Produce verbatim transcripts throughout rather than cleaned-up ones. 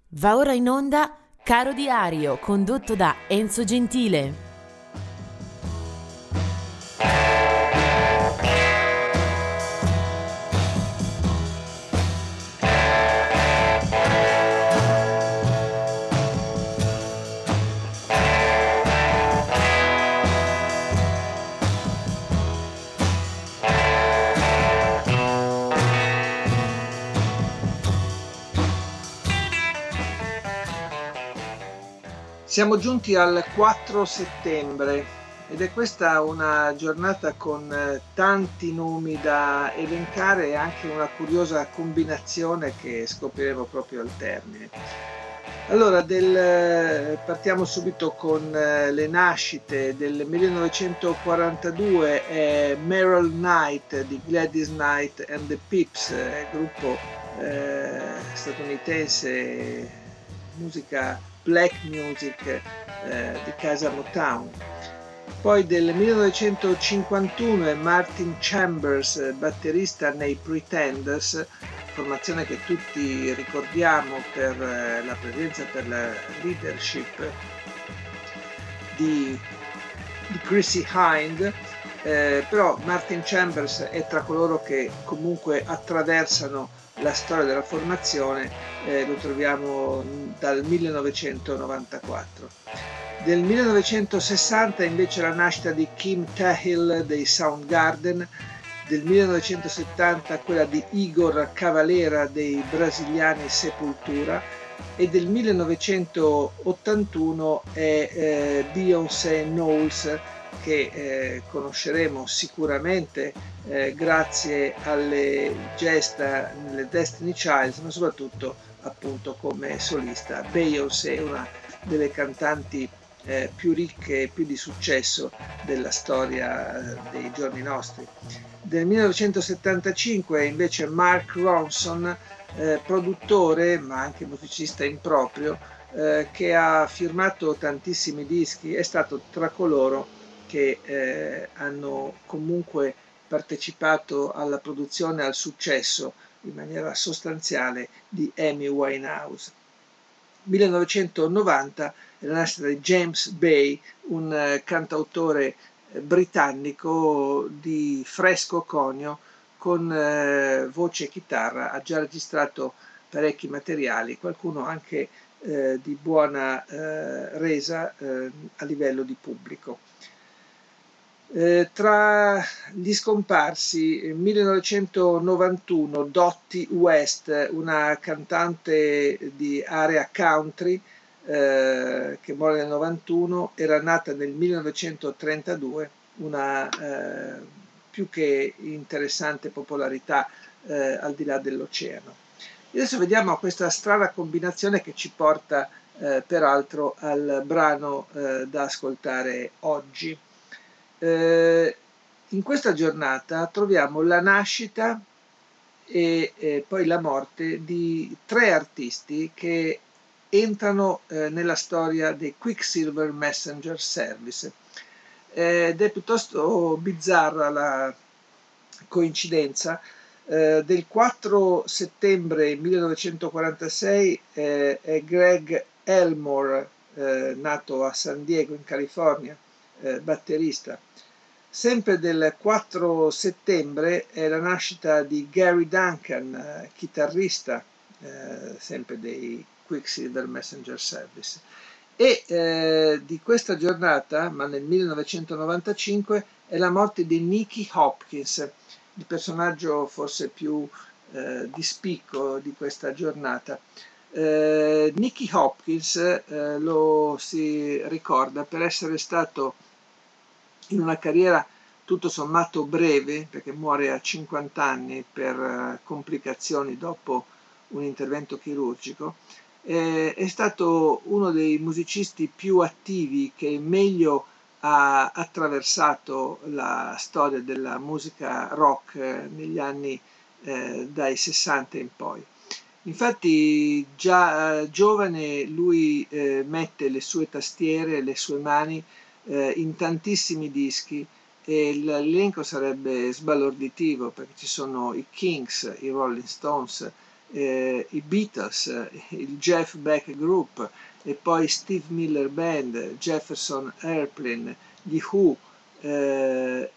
Va ora in onda Caro Diario, condotto da Enzo Gentile. Siamo giunti al quattro settembre ed è questa una giornata con tanti nomi da elencare e anche una curiosa combinazione che scopriremo proprio al termine. Allora, del, partiamo subito con le nascite. Del millenovecentoquarantadue è Meryl Knight di Gladys Knight and the Pips, gruppo eh, statunitense, musica black music eh, di casa Motown. Poi del millenovecentocinquantuno è Martin Chambers, batterista nei Pretenders, formazione che tutti ricordiamo per eh, la presenza, per la leadership di, di Chrissie Hynde, eh, però Martin Chambers è tra coloro che comunque attraversano la storia della formazione, eh, lo troviamo dal millenovecentonovantaquattro. Del millenovecentosessanta invece la nascita di Kim Thayil dei Soundgarden, del millenovecentosettanta quella di Igor Cavalera dei brasiliani Sepultura e del millenovecentottantuno è eh, Beyoncé Knowles, che eh, conosceremo sicuramente eh, grazie alle gesta nelle Destiny Child, ma soprattutto appunto come solista. Beyoncé è una delle cantanti eh, più ricche e più di successo della storia eh, dei giorni nostri. Del millenovecentosettantacinque invece Mark Ronson, eh, produttore ma anche musicista in proprio, eh, che ha firmato tantissimi dischi, è stato tra coloro che eh, hanno comunque partecipato alla produzione e al successo in maniera sostanziale di Amy Winehouse. millenovecentonovanta è la nascita di James Bay, un eh, cantautore eh, britannico di fresco conio con eh, voce e chitarra, ha già registrato parecchi materiali, qualcuno anche eh, di buona eh, resa eh, a livello di pubblico. Eh, tra gli scomparsi, nel millenovecentonovantuno Dottie West, una cantante di area country eh, che muore nel novantuno, era nata nel millenovecentotrentadue, una eh, più che interessante popolarità eh, al di là dell'oceano. E adesso vediamo questa strana combinazione che ci porta eh, peraltro al brano eh, da ascoltare oggi. Eh, in questa giornata troviamo la nascita e eh, poi la morte di tre artisti che entrano eh, nella storia dei Quicksilver Messenger Service. Ed è piuttosto bizzarra la coincidenza. Eh, del quattro settembre millenovecentoquarantasei eh, è Greg Elmore, eh, nato a San Diego in California, eh, batterista. Sempre del quattro settembre è la nascita di Gary Duncan, eh, chitarrista, eh, sempre dei Quicksilver Messenger Service. E eh, di questa giornata, ma nel millenovecentonovantacinque, è la morte di Nicky Hopkins, il personaggio forse più eh, di spicco di questa giornata. Eh, Nicky Hopkins eh, lo si ricorda per essere stato in una carriera tutto sommato breve, perché muore a cinquanta anni per complicazioni dopo un intervento chirurgico, eh, è stato uno dei musicisti più attivi che meglio ha attraversato la storia della musica rock negli anni eh, dai sessanta in poi. Infatti già eh, giovane lui eh, mette le sue tastiere, le sue mani eh, in tantissimi dischi e l'elenco sarebbe sbalorditivo perché ci sono i Kings, i Rolling Stones, eh, i Beatles, il Jeff Beck Group, e poi Steve Miller Band, Jefferson Airplane, gli Who, eh,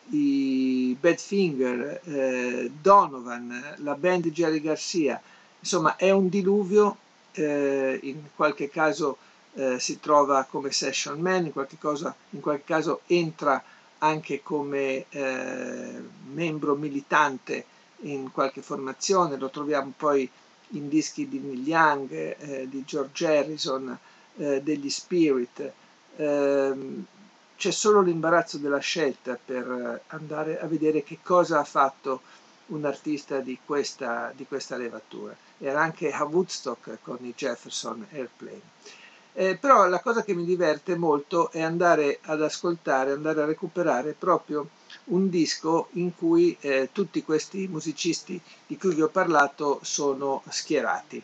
i Badfinger, eh, Donovan, la band di Jerry Garcia. Insomma, è un diluvio, eh, in qualche caso eh, si trova come session man, in qualche, cosa, in qualche caso entra anche come eh, membro militante in qualche formazione, lo troviamo poi in dischi di Neil Young, eh, di George Harrison, eh, degli Spirit. Eh, c'è solo l'imbarazzo della scelta per andare a vedere che cosa ha fatto un artista di questa, di questa levatura. Era anche a Woodstock con i Jefferson Airplane. Eh, però la cosa che mi diverte molto è andare ad ascoltare, andare a recuperare proprio un disco in cui eh, tutti questi musicisti di cui vi ho parlato sono schierati.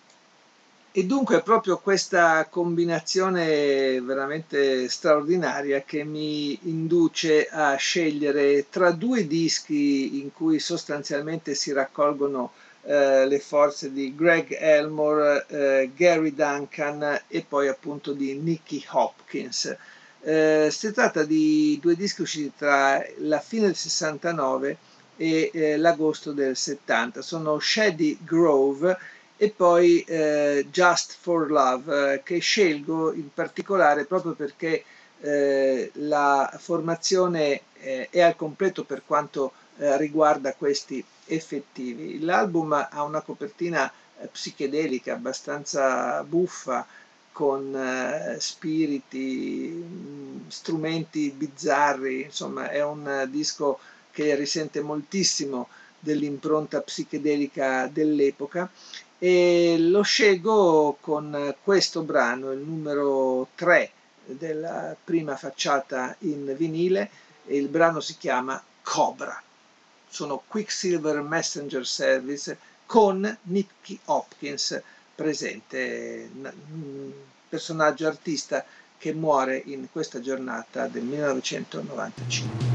E dunque è proprio questa combinazione veramente straordinaria che mi induce a scegliere tra due dischi in cui sostanzialmente si raccolgono eh, le forze di Greg Elmore, eh, Gary Duncan e poi appunto di Nicky Hopkins. Eh, si tratta di due dischi usciti tra la fine del sessantanove e eh, l'agosto del settanta. Sono Shady Grove e poi eh, Just for Love, eh, che scelgo in particolare proprio perché eh, la formazione eh, è al completo per quanto eh, riguarda questi effettivi. L'album ha una copertina eh, psichedelica abbastanza buffa, con eh, spiriti, mh, strumenti bizzarri, insomma è un eh, disco che risente moltissimo dell'impronta psichedelica dell'epoca, e lo scelgo con questo brano, il numero tre della prima facciata in vinile, e il brano si chiama Cobra. Sono Quicksilver Messenger Service con Nicky Hopkins presente, un personaggio artista che muore in questa giornata del millenovecentonovantacinque.